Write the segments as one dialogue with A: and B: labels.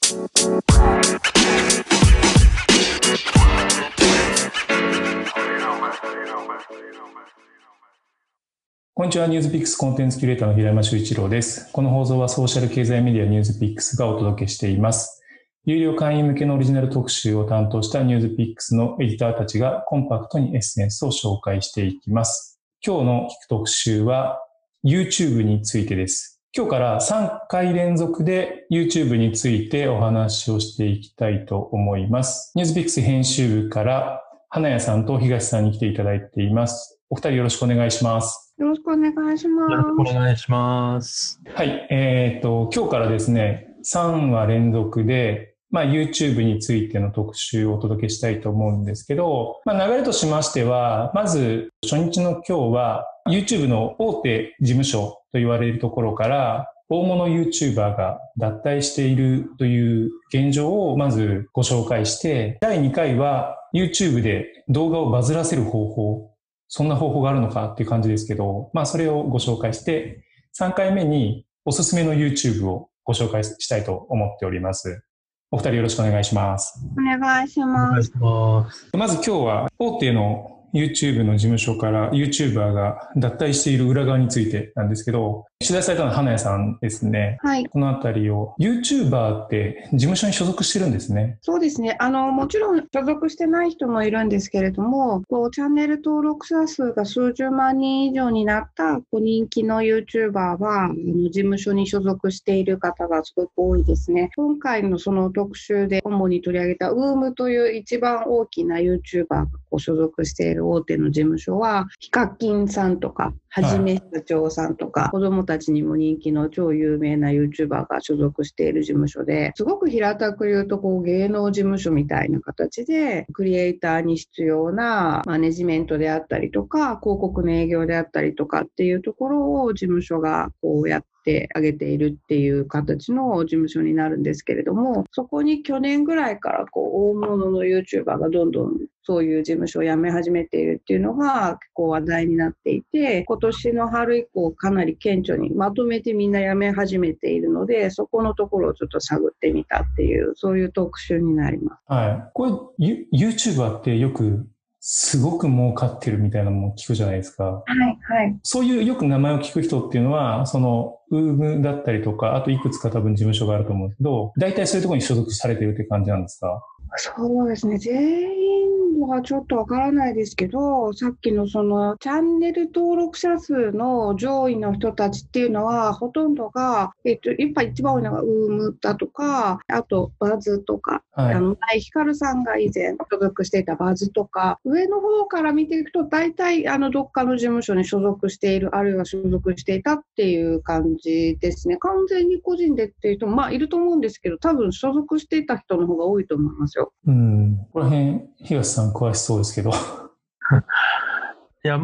A: こんにちは。ニュースピックスコンテンツキュレーターの平山修一郎です。この放送はソーシャル経済メディアニュースピックスがお届けしています。有料会員向けのオリジナル特集を担当したニュースピックスのエディターたちがコンパクトにエッセンスを紹介していきます。今日の特集は YouTube についてです。今日から3回連続で YouTube についてお話をしていきたいと思います。ニュースピックス編集部から花谷さんと東さんに来ていただいています。お二人よろしくお願いします。
B: よろしくお願いします。
C: よろしくお願いします。
A: はい。今日からですね、3話連続で、YouTube についての特集をお届けしたいと思うんですけど、流れとしましては、まず初日の今日は YouTube の大手事務所と言われるところから大物 YouTuber が脱退しているという現状をまずご紹介して、第2回は YouTube で動画をバズらせる方法、そんな方法があるのかっていう感じですけど、それをご紹介して、3回目におすすめの YouTube をご紹介したいと思っております。お二人よろしくお願いします。
B: お願いします。
A: まず今日は大手の YouTube の事務所から YouTuber が脱退している裏側についてなんですけど、取材されたのは花谷さんですね。
B: はい。
A: このあたりを YouTuber って事務所に所属してるんですね。
B: そうですね。もちろん所属してない人もいるんですけれども、チャンネル登録者数が数十万人以上になった人気の YouTuber は事務所に所属している方がすごく多いですね。今回のその特集で主に取り上げた UM という一番大きな YouTuber が所属している大手の事務所は、ヒカキンさんとか、はじめ社長さんとか、子供たちにも人気の超有名な YouTuber が所属している事務所で、すごく平たく言うと芸能事務所みたいな形で、クリエイターに必要なマネジメントであったりとか、広告の営業であったりとかっていうところを事務所がやってあげているっていう形の事務所になるんですけれども、そこに去年ぐらいから大物の YouTuber がどんどんそういう事務所を辞め始めているっていうのが結構話題になっていて、今年の春以降かなり顕著にまとめてみんな辞め始めているので、そこのところをちょっと探ってみたっていう、そういう特集になります。
A: はい。これ YouTuber ってよくすごく儲かってるみたいなのも聞くじゃないですか。
B: はいはい。
A: そういうよく名前を聞く人っていうのは、そのUMだったりとか、あといくつか多分事務所があると思うんですけど、大体そういうところに所属されてるって感じなんですか？
B: そうですね。全員はちょっとわからないですけど、さっきのそのチャンネル登録者数の上位の人たちっていうのは、ほとんどが、やっぱ一番多いのがUMだとか、あとバズとか、
A: はい。
B: 前ヒカルさんが以前所属していたバズとか、上の方から見ていくと、大体どっかの事務所に所属している、あるいは所属していたっていう感じですね。完全に個人でっていう人もいると思うんですけど、多分所属していた人の方が多いと思いますよ。
A: この辺、東さん詳しそうですけど。
C: いや、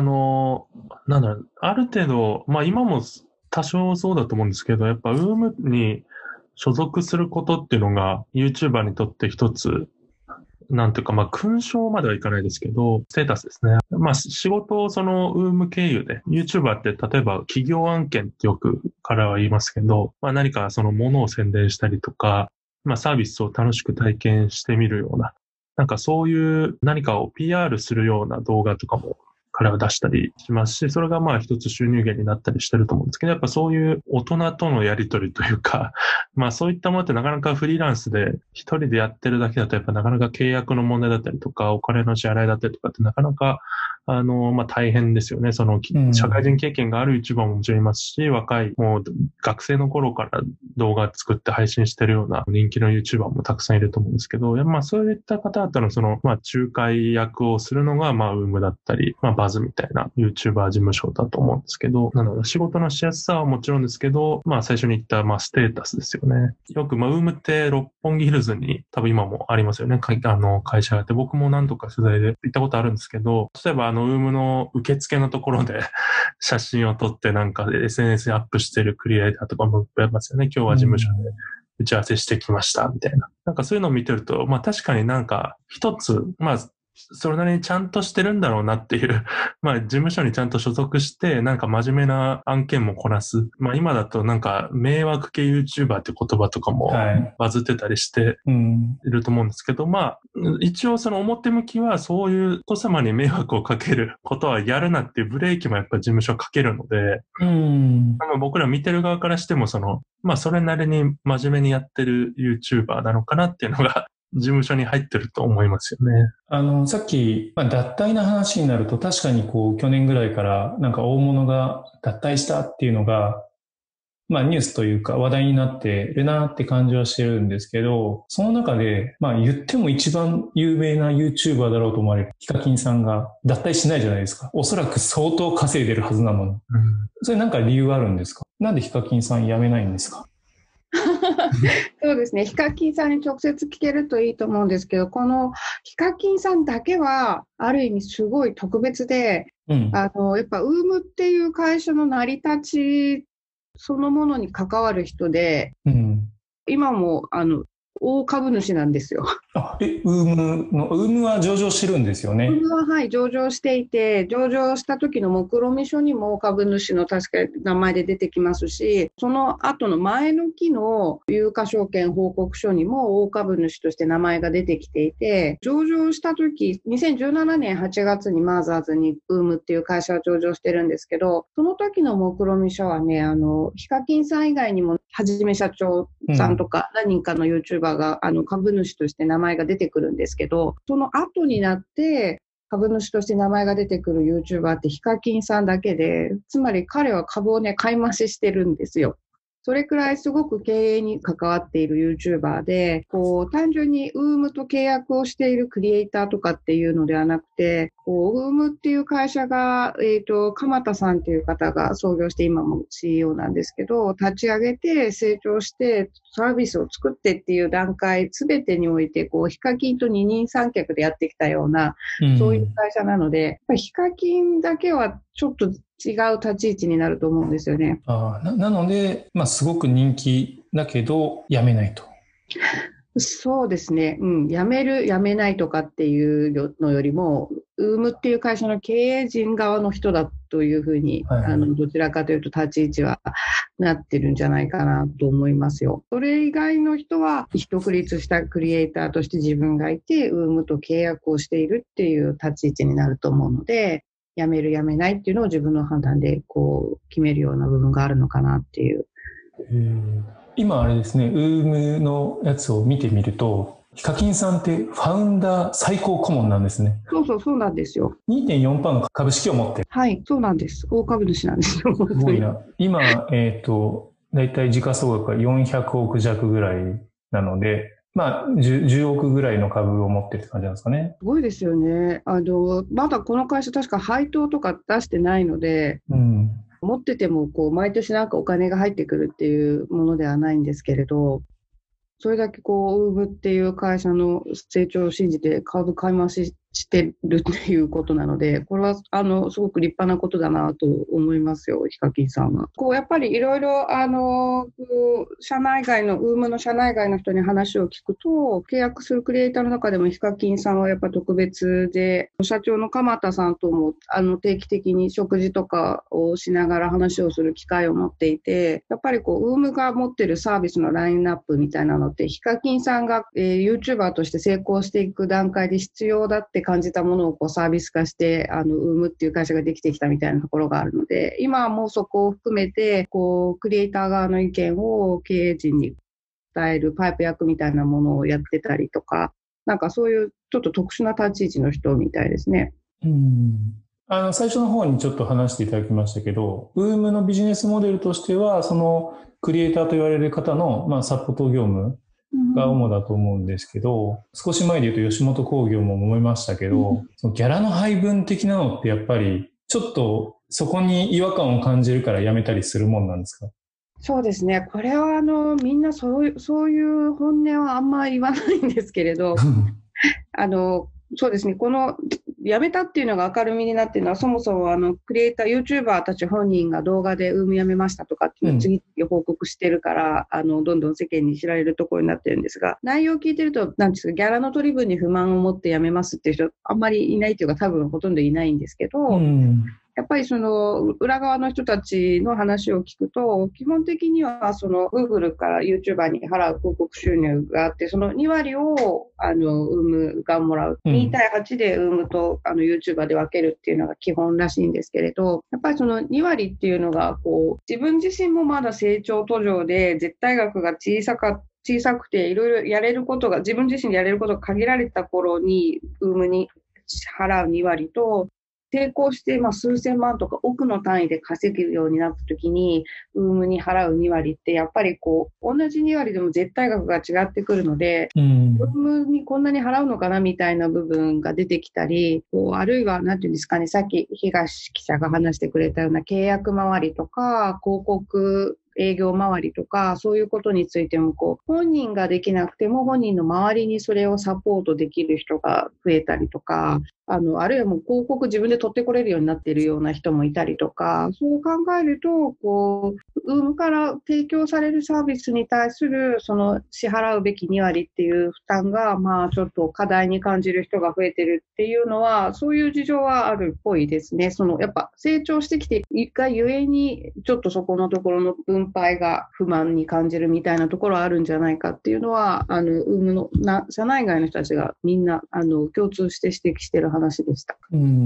C: ある程度、今も多少そうだと思うんですけど、やっぱ UM に所属することっていうのが YouTuber にとって一つ、なんていうか、勲章まではいかないですけど、ステータスですね。仕事をその UM 経由で、YouTuber って例えば企業案件ってよく彼は言いますけど、何かそのものを宣伝したりとか、サービスを楽しく体験してみるような、なんかそういう何かを PR するような動画とかも彼は出したりしますし、それが一つ収入源になったりしてると思うんですけど、やっぱそういう大人とのやりとりというか、そういったものってなかなかフリーランスで一人でやってるだけだとやっぱなかなか契約の問題だったりとか、お金の支払いだったりとかってなかなか大変ですよね。その、社会人経験があるYouTuberももちろんいますし、若い、もう学生の頃から動画作って配信してるような人気の YouTuber もたくさんいると思うんですけど、そういった方々のその、仲介役をするのが、UM だったり、バズみたいな YouTuber 事務所だと思うんですけど、なので仕事のしやすさはもちろんですけど、最初に言った、ステータスですよね。よく、UM って六本木ヒルズに多分今もありますよね。会社があって、僕も何度か取材で行ったことあるんですけど、例えばUM の受付のところで写真を撮ってなんか SNS にアップしてるクリエイターとかもいますよね。今日は事務所で打ち合わせしてきましたみたいな。なんかそういうのを見てると、確かになんか一つ、 それなりにちゃんとしてるんだろうなっていう、まあ事務所にちゃんと所属して、なんか真面目な案件もこなす。まあ今だとなんか迷惑系 YouTuber って言葉とかもバズってたりしていると思うんですけど、まあ一応その表向きはそういう人様に迷惑をかけることはやるなっていうブレーキもやっぱり事務所かけるので、僕ら見てる側からしてもまあそれなりに真面目にやってる YouTuber なのかなっていうのが事務所に入ってると思いますよね。
A: さっき、まあ、脱退の話になると確かに去年ぐらいからなんか大物が脱退したっていうのが、まあニュースというか話題になってるなって感じはしてるんですけど、その中で、まあ言っても一番有名な YouTuber だろうと思われるヒカキンさんが脱退しないじゃないですか。おそらく相当稼いでるはずなのに。それなんか理由あるんですか？なんでヒカキンさん辞めないんですか？
B: そうですね。ヒカキンさんに直接聞けるといいと思うんですけど、このヒカキンさんだけはある意味すごい特別で、やっぱウームっていう会社の成り立ちそのものに関わる人で、今も大株主なんですよ。
A: ウームは上場してるんですよね。
B: ウームは、はい、上場していて、上場した時の目論見書にも株主の確か名前で出てきますし、その後の前の期の有価証券報告書にも大株主として名前が出てきていて、上場した時、2017年8月にマーザーズにウームっていう会社は上場してるんですけど、その時の目論見書はね、ヒカキンさん以外にも、はじめ社長さんとか何人かの YouTuber が株主として名前が出てくるんですけど、その後になって株主として名前が出てくる YouTuber ってヒカキンさんだけで、つまり彼は株をね、買い増ししてるんですよ。それくらいすごく経営に関わっている YouTuber で、単純に UM と契約をしているクリエイターとかっていうのではなくて、UM っていう会社が、鎌田さんっていう方が創業して今も CEO なんですけど、立ち上げて成長してサービスを作ってっていう段階すべてにおいて、ヒカキンと二人三脚でやってきたような、そういう会社なので、ヒカキンだけはちょっと違う立ち位置になると思うんですよね。
A: なので、まあ、すごく人気だけど、辞めないと。
B: そうですね。辞める、辞めないとかっていうのよりも、ウームっていう会社の経営陣側の人だというふうに、どちらかというと立ち位置はなってるんじゃないかなと思いますよ。それ以外の人は、独立したクリエイターとして自分がいて、ウームと契約をしているっていう立ち位置になると思うので、辞める、辞めないっていうのを自分の判断で決めるような部分があるのかなっていう。
A: 今あれですね、ウームのやつを見てみると、ヒカキンさんってファウンダー最高顧問なんですね。
B: そうなんですよ。
A: 2.4% の株式を持ってる。
B: はい、そうなんです。大株主なんですよ。
A: すごいな。今、だいたい時価総額が400億弱ぐらいなので、まあ10億ぐらいの株を持ってるって感じなんですかね。
B: すごいですよね。まだこの会社確か配当とか出してないので、持ってても毎年なんかお金が入ってくるっていうものではないんですけれど、それだけウームっていう会社の成長を信じて株買い増ししてるっていうことなので、これはすごく立派なことだなと思いますよ、ヒカキンさんは。やっぱりいろいろ社内外のウームの社内外の人に話を聞くと、契約するクリエイターの中でもヒカキンさんはやっぱ特別で、社長の鎌田さんとも定期的に食事とかをしながら話をする機会を持っていて、やっぱりウームが持ってるサービスのラインナップみたいなのって、ヒカキンさんが、YouTuber として成功していく段階で必要だって感じたものをサービス化して、ウームっていう会社ができてきたみたいなところがあるので、今はもうそこを含めて、クリエイター側の意見を経営陣に伝えるパイプ役みたいなものをやってたりとか、なんかそういうちょっと特殊な立ち位置の人みたいですね。
A: 最初の方にちょっと話していただきましたけど、ウームのビジネスモデルとしては、そのクリエイターと言われる方の、サポート業務が主だと思うんですけど、少し前で言うと吉本興業も思いましたけど、そのギャラの配分的なのってやっぱりちょっとそこに違和感を感じるからやめたりするもんなんですか？
B: そうですね。これはみんなそういう本音はあんまり言わないんですけれど、そうですね。この辞めたっていうのが明るみになっているのは、そもそもクリエイター、YouTuber たち本人が動画で辞めましたとかっていうのを次々報告してるから、どんどん世間に知られるところになってるんですが、内容を聞いてると、なんですか、ギャラの取り分に不満を持って辞めますっていう人、あんまりいないというか、多分ほとんどいないんですけど、やっぱりその裏側の人たちの話を聞くと、基本的にはその Google から YouTuber に払う広告収入があって、その2割をUM がもらう。2対8で UM とYouTuber で分けるっていうのが基本らしいんですけれど、やっぱりその2割っていうのが自分自身もまだ成長途上で、絶対額が小さくていろいろやれることが、自分自身でやれることが限られた頃に UM に払う2割と、成功して、数千万とか億の単位で稼げるようになった時に、UM に払う2割って、やっぱり同じ2割でも絶対額が違ってくるので、UM にこんなに払うのかなみたいな部分が出てきたり、あるいは、なんていうんですかね、さっき東記者が話してくれたような契約周りとか、広告営業周りとか、そういうことについても本人ができなくても本人の周りにそれをサポートできる人が増えたりとか、あるいはもう広告自分で取ってこれるようになっているような人もいたりとか、そう考えると、UM から提供されるサービスに対するその支払うべき2割っていう負担が、ちょっと課題に感じる人が増えてるっていうのは、そういう事情はあるっぽいですね。やっぱ成長してきていくがゆえに、ちょっとそこのところの分配が不満に感じるみたいなところはあるんじゃないかっていうのは、UM の社内外の人たちがみんな共通して指摘してる話でした。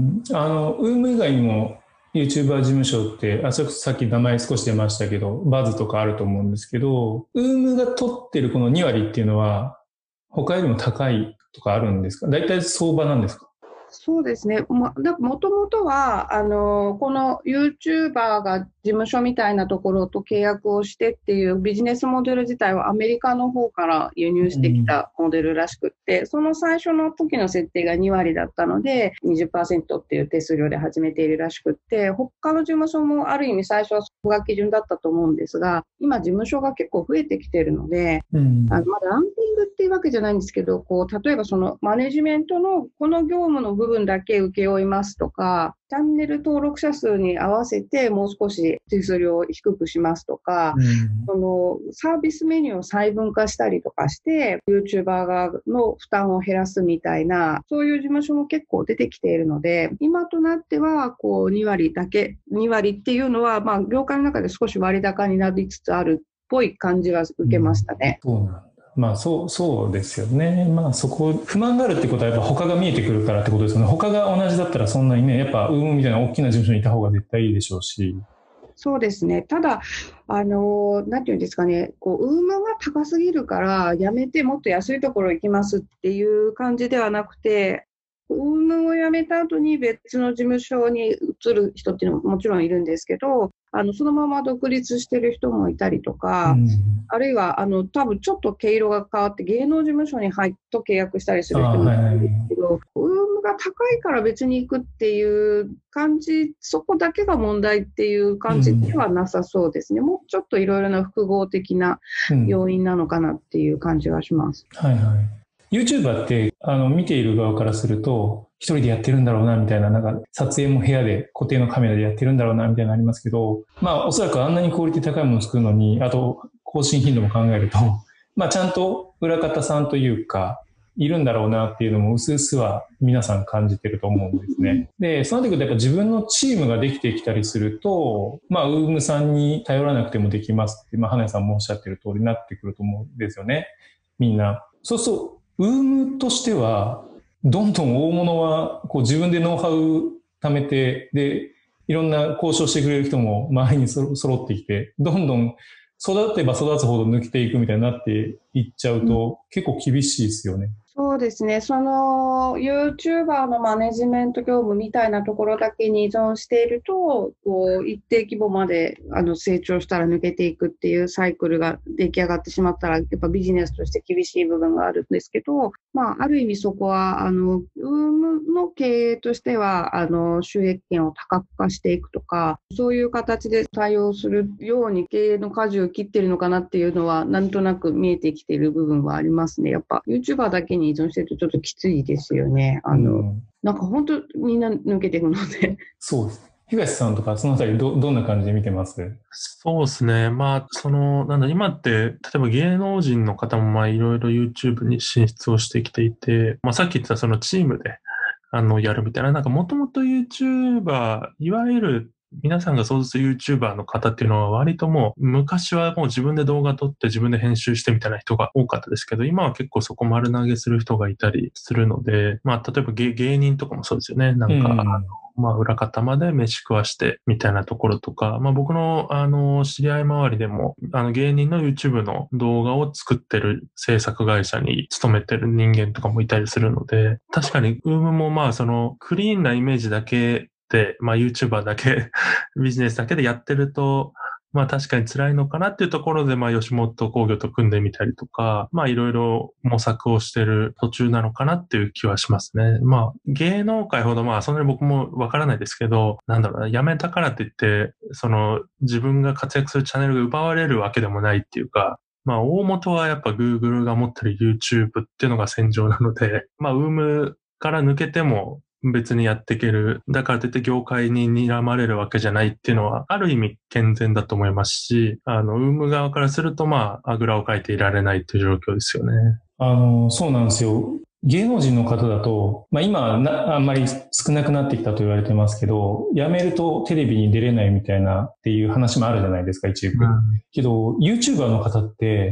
A: UM 以外にも YouTuber 事務所って、それこそさっき名前少し出ましたけど、バズとかあると思うんですけど、UM が取ってるこの2割っていうのは、他よりも高いとかあるんですか？大体相場なんですか？
B: そうですね。もともとは、この YouTuber が事務所みたいなところと契約をしてっていうビジネスモデル自体はアメリカの方から輸入してきたモデルらしくって、その最初の時の設定が2割だったので、20% っていう手数料で始めているらしくって、他の事務所もある意味最初はそこが基準だったと思うんですが、今事務所が結構増えてきているので、まだランキングっていうわけじゃないんですけど、例えばそのマネジメントのこの業務の部分だけ請け負いますとか、チャンネル登録者数に合わせてもう少し手数料を低くしますとか、そのサービスメニューを細分化したりとかして、YouTuber 側の負担を減らすみたいな、そういう事務所も結構出てきているので、今となっては2割っていうのは、業界の中で少し割高になりつつあるっぽい感じは受けましたね。
A: そうなんだ。そうですよね。そこ、不満があるってことはやっぱ他が見えてくるからってことですよね。他が同じだったらそんなにね、やっぱUMみたいな大きな事務所にいた方が絶対いいでしょうし。
B: そうですね。ただ、なんていうんですかね、UM が高すぎるからやめてもっと安いところ行きますっていう感じではなくて、UM を辞めた後に別の事務所に移る人っていうのももちろんいるんですけど、そのまま独立してる人もいたりとか、あるいは多分ちょっと毛色が変わって芸能事務所にと契約したりする人もいるんですけど、UM が高いから別に行くっていう感じ、そこだけが問題っていう感じではなさそうですね。もうちょっといろいろな複合的な要因なのかなっていう感じがします。
A: YouTuber って見ている側からすると一人でやってるんだろうなみたいな、撮影も部屋で固定のカメラでやってるんだろうなみたいなのありますけど、おそらくあんなにクオリティ高いものを作るのに、あと更新頻度も考えると、ちゃんと裏方さんというかいるんだろうなっていうのも薄々は皆さん感じてると思うんですね。で、そうなってくるとやっぱ自分のチームができてきたりすると、UM さんに頼らなくてもできますって、花屋さんもおっしゃってる通りになってくると思うんですよね。みんな。そうするとUM としては、どんどん大物は自分でノウハウ貯めて、で、いろんな交渉してくれる人も周りに揃ってきて、どんどん育てば育つほど抜けていくみたいになっていっちゃうと、結構厳しいですよね。
B: そうですね。その YouTuber のマネジメント業務みたいなところだけに依存していると、一定規模まで成長したら抜けていくっていうサイクルが出来上がってしまったら、やっぱビジネスとして厳しい部分があるんですけど、ある意味そこはUM の経営としては収益権を多角化していくとか、そういう形で対応するように経営の舵を切っているのかなっていうのはなんとなく見えてきている部分はありますね。やっぱ YouTuber だけに依存ョンしてるとちょっときついですよね。なんか本当みんな抜けていくので。
A: そうです。東さんとかそのあたりどんな感じで見てます？
C: そうですね。今って、例えば芸能人の方もいろいろ YouTube に進出をしてきていて、さっき言ったそのチームで、やるみたいな、なんかもともと YouTuber、いわゆる皆さんが想像する YouTuber の方っていうのは割ともう昔はもう自分で動画撮って自分で編集してみたいな人が多かったですけど、今は結構そこ丸投げする人がいたりするので、例えば芸人とかもそうですよね。なんか、裏方まで飯食わしてみたいなところとか、僕の知り合い周りでも芸人の YouTube の動画を作ってる制作会社に勤めてる人間とかもいたりするので、確かに UM もそのクリーンなイメージだけで、YouTuber だけビジネスだけでやってると、確かに辛いのかなっていうところで、吉本興業と組んでみたりとか、いろいろ模索をしてる途中なのかなっていう気はしますね。芸能界ほどそんなに僕もわからないですけど、辞めたからって言って、自分が活躍するチャンネルが奪われるわけでもないっていうか、大元はやっぱ Google が持ってる YouTube っていうのが戦場なので、UM から抜けても、別にやっていける。だからといって業界に睨まれるわけじゃないっていうのは、ある意味健全だと思いますし、UM 側からすると、あぐらをかいていられないという状況ですよね。
A: そうなんですよ。芸能人の方だと、今あんまり少なくなってきたと言われてますけど、辞めるとテレビに出れないみたいなっていう話もあるじゃないですか、一部。けど、YouTuber の方って、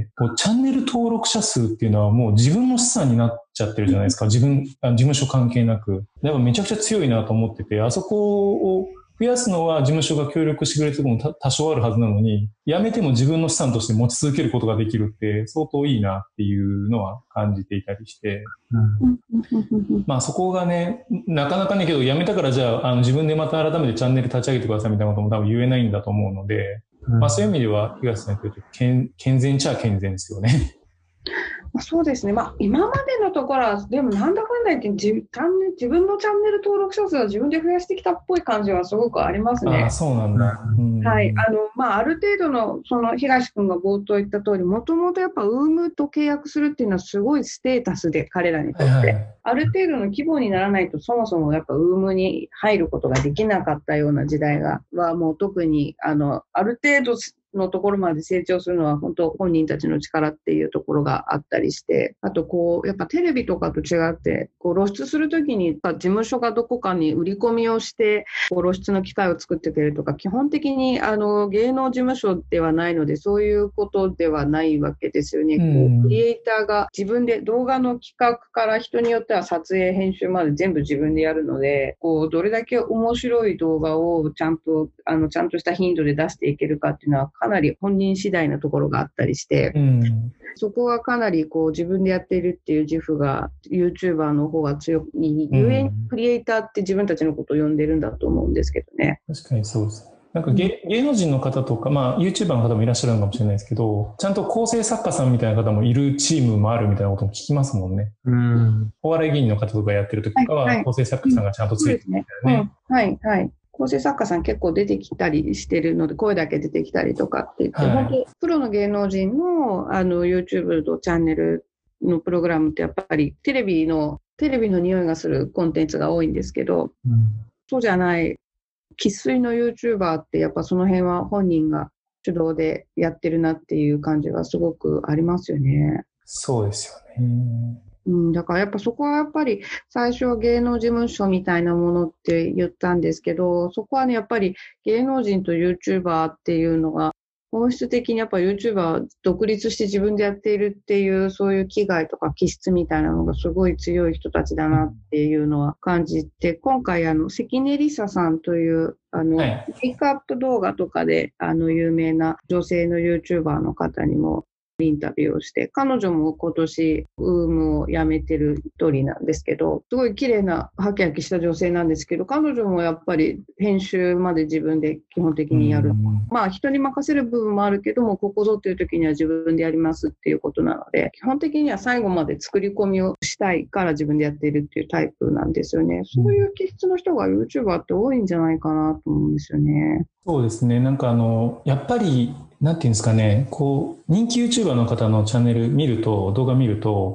A: チャンネル登録者数っていうのはもう自分の資産になっちゃってるじゃないですか。事務所関係なく。だからめちゃくちゃ強いなと思ってて、あそこを増やすのは事務所が協力してくれるところも多少あるはずなのに、辞めても自分の資産として持ち続けることができるって相当いいなっていうのは感じていたりして、そこがね、なかなかね、けど辞めたからじゃあ、自分でまた改めてチャンネル立ち上げてくださいみたいなことも多分言えないんだと思うので、そういう意味では東さん言ってると健全っちゃ健全ですよね。
B: そうですね。今までのところは、でもなんだかんだ言って自分のチャンネル登録者数は自分で増やしてきたっぽい感じはすごくありますね。
A: そうなんだ。
B: はい。ある程度の、東君が冒頭言った通り、もともとやっぱ UM と契約するっていうのはすごいステータスで、彼らにとって。ある程度の規模にならないと、そもそもやっぱ UM に入ることができなかったような時代はもう特に、ある程度、のところまで成長するのは本当本人たちの力っていうところがあったりして、あとやっぱテレビとかと違って、露出するときに事務所がどこかに売り込みをして、露出の機会を作ってくれるとか、基本的に芸能事務所ではないので、そういうことではないわけですよね。クリエイターが自分で動画の企画から人によっては撮影、編集まで全部自分でやるので、どれだけ面白い動画をちゃんとした頻度で出していけるかっていうのは、かなり本人次第のところがあったりして、そこはかなり自分でやっているっていう自負が YouTuber の方が強い、ゆえにクリエイターって自分たちのことを呼んでるんだと思うんですけどね。
A: 確かにそうです。なんか芸能人の方とか、YouTuber の方もいらっしゃるのかもしれないですけど、ちゃんと構成作家さんみたいな方もいるチームもあるみたいなことも聞きますもんね。お笑い芸人の方とかやってる時とかは、構成作家さんがちゃんとついてるみたいなね。
B: はいはい。構成作家さん結構出てきたりしてるので、声だけ出てきたりとかって言って、本当プロの芸能人のYouTube とチャンネルのプログラムってやっぱりテレビの匂いがするコンテンツが多いんですけど、そうじゃない生粋の YouTuber ってやっぱその辺は本人が主導でやってるなっていう感じがすごくありますよね。
A: そうですよね。
B: だからやっぱそこはやっぱり最初は芸能事務所みたいなものって言ったんですけど、そこはねやっぱり芸能人と YouTuber っていうのが本質的にやっぱ YouTuber は独立して自分でやっているっていうそういう気概とか気質みたいなのがすごい強い人たちだなっていうのは感じて、今回関根梨沙さんというメイクアップ動画とかで有名な女性の YouTuber の方にもインタビューをして、彼女も今年UMを辞めてる一人なんですけど、すごい綺麗なハキハキした女性なんですけど、彼女もやっぱり編集まで自分で基本的にやる。人に任せる部分もあるけども、ここぞっていう時には自分でやりますっていうことなので、基本的には最後まで作り込みをしたいから自分でやっているっていうタイプなんですよね。そういう気質の人が YouTuber って多いんじゃないかなと思うんですよね。
A: そうですね。なんかやっぱりなんていうんですかね、人気 YouTuber の方のチャンネル見ると、動画見ると、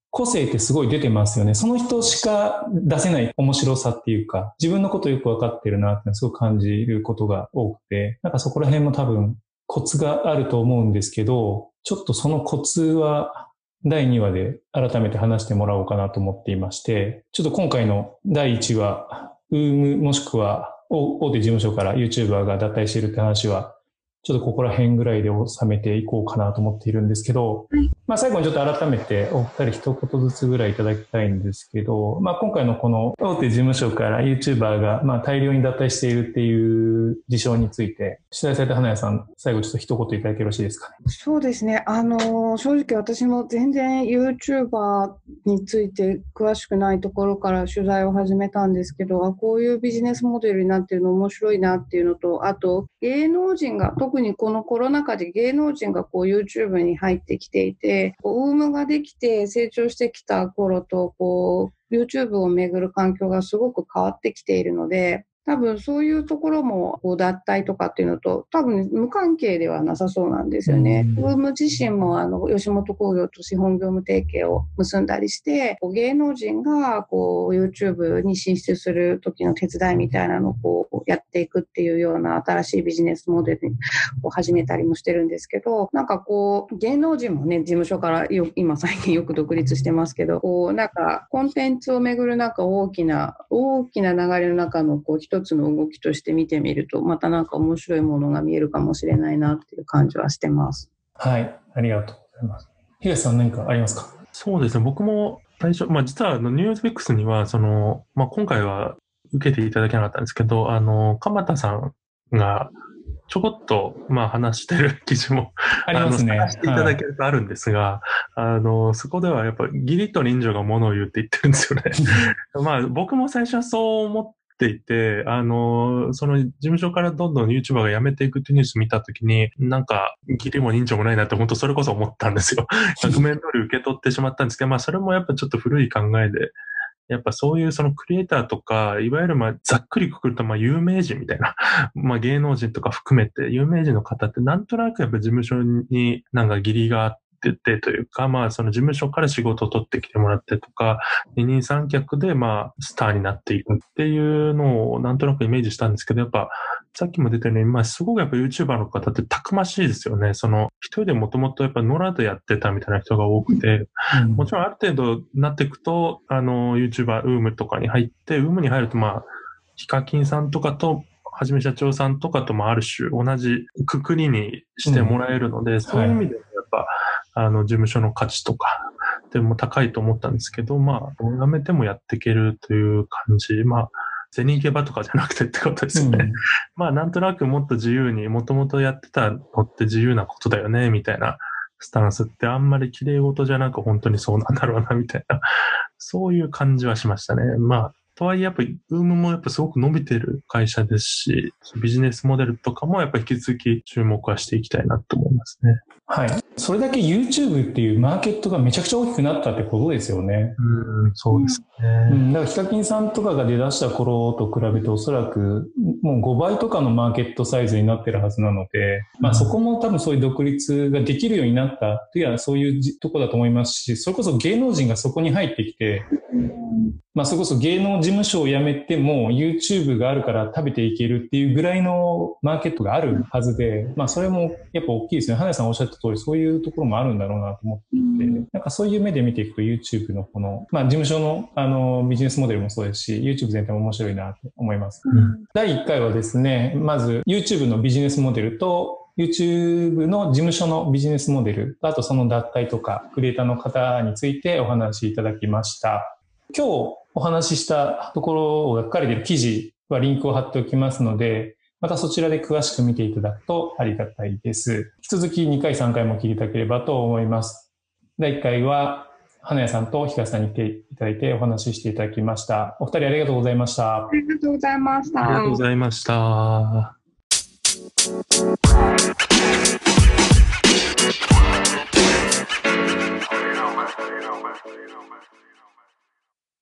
A: 個性ってすごい出てますよね。その人しか出せない面白さっていうか、自分のことよくわかってるなってすごく感じることが多くて、なんかそこら辺も多分コツがあると思うんですけど、ちょっとそのコツは第2話で改めて話してもらおうかなと思っていまして、ちょっと今回の第1話、もしくは大手事務所から YouTuber が脱退しているって話は、ちょっとここら辺ぐらいで収めていこうかなと思っているんですけど、まあ最後にちょっと改めてお二人一言ずつぐらいいただきたいんですけど、まあ今回のこの大手事務所から YouTuber がまあ大量に脱退しているっていう事象について、取材された花屋さん、最後ちょっと一言いただけよろしいですかね。
B: そうですね。正直私も全然 YouTuber について詳しくないところから取材を始めたんですけど、こういうビジネスモデルになってるの面白いなっていうのと、あと芸能人が、特にこのコロナ禍で芸能人がこう YouTube に入ってきていて、UMができて成長してきた頃とこう YouTube をめぐる環境がすごく変わってきているので、多分そういうところもこう脱退とかっていうのと多分無関係ではなさそうなんですよね。UM自身も吉本興業と資本業務提携を結んだりして、芸能人がこう YouTube に進出する時の手伝いみたいなのをこうやっていくっていうような新しいビジネスモデルを始めたりもしてるんですけど、なんかこう芸能人もね、事務所から今最近よく独立してますけど、こうなんかコンテンツをめぐるなんか大きな流れの中のこう一つの動きとして見てみると、またなんか面白いものが見えるかもしれないなっていう感じはしてます。
A: はい、ありがとうございます。東さん何かありますか？
C: そうですね。僕も最初、実はニュースピックスには、今回は受けていただけなかったんですけど、鎌田さんがちょこっと、話してる記事も
A: ありますね。
C: 探していただけるとあるんですが、そこではやっぱ義理と人情がものを言うって言ってるんですよね。僕も最初はそう思っていて、その事務所からどんどん YouTuber が辞めていくっていうニュース見たときに、なんか義理も人情もないなって本当それこそ思ったんですよ。100面通り受け取ってしまったんですけど、それもやっぱちょっと古い考えで、やっぱそういうそのクリエイターとか、いわゆるざっくりくくると有名人みたいな、芸能人とか含めて有名人の方ってなんとなくやっぱ事務所になんか義理があっててというか、その事務所から仕事を取ってきてもらってとか、二人三脚でスターになっていくっていうのをなんとなくイメージしたんですけど、やっぱさっきも出たように、すごくやっぱ YouTuber の方ってたくましいですよね。一人でもともとやっぱ野良でやってたみたいな人が多くて、もちろんある程度なっていくと、YouTuber、UM とかに入って、UM に入るとヒカキンさんとかと、はじめ社長さんとかともある種同じくくりにしてもらえるので、そういう意味でやっぱ、事務所の価値とか、でも高いと思ったんですけど、やめてもやっていけるという感じ。銭ゲバとかじゃなくてってことですよね。なんとなくもっと自由に、もともとやってたのって自由なことだよね、みたいなスタンスってあんまり綺麗事じゃなく本当にそうなんだろうな、みたいな、そういう感じはしましたね。とはいえやっぱり、UM もやっぱすごく伸びてる会社ですし、ビジネスモデルとかもやっぱり引き続き注目はしていきたいなと思いますね。
A: はい。それだけ YouTube っていうマーケットがめちゃくちゃ大きくなったってことですよね。
C: そうですね。
A: だからヒカキンさんとかが出だした頃と比べておそらくもう5倍とかのマーケットサイズになってるはずなので、そこも多分そういう独立ができるようになったっていうのはそういうとこだと思いますし、それこそ芸能人がそこに入ってきて、それこそ芸能事務所を辞めても YouTube があるから食べていけるっていうぐらいのマーケットがあるはずで、それもやっぱ大きいですね。花屋さんおっしゃった通りそういうところもあるんだろうなと思っていて、なんかそういう目で見ていくと YouTube のこの、事務所のビジネスモデルもそうですし、YouTube 全体も面白いなと思います。第1回はですね、まず YouTube のビジネスモデルとYouTube の事務所のビジネスモデル、あとその脱退とかクリエイターの方についてお話しいただきました。今日お話ししたところが書かれている記事はリンクを貼っておきますので、またそちらで詳しく見ていただくとありがたいです。引き続き2回3回も聞いていただければと思います。第1回は花屋さんと東さんに来ていただいてお話ししていただきました。お二人ありがとうございました。
B: ありがとうございました。
C: ありがとうございました。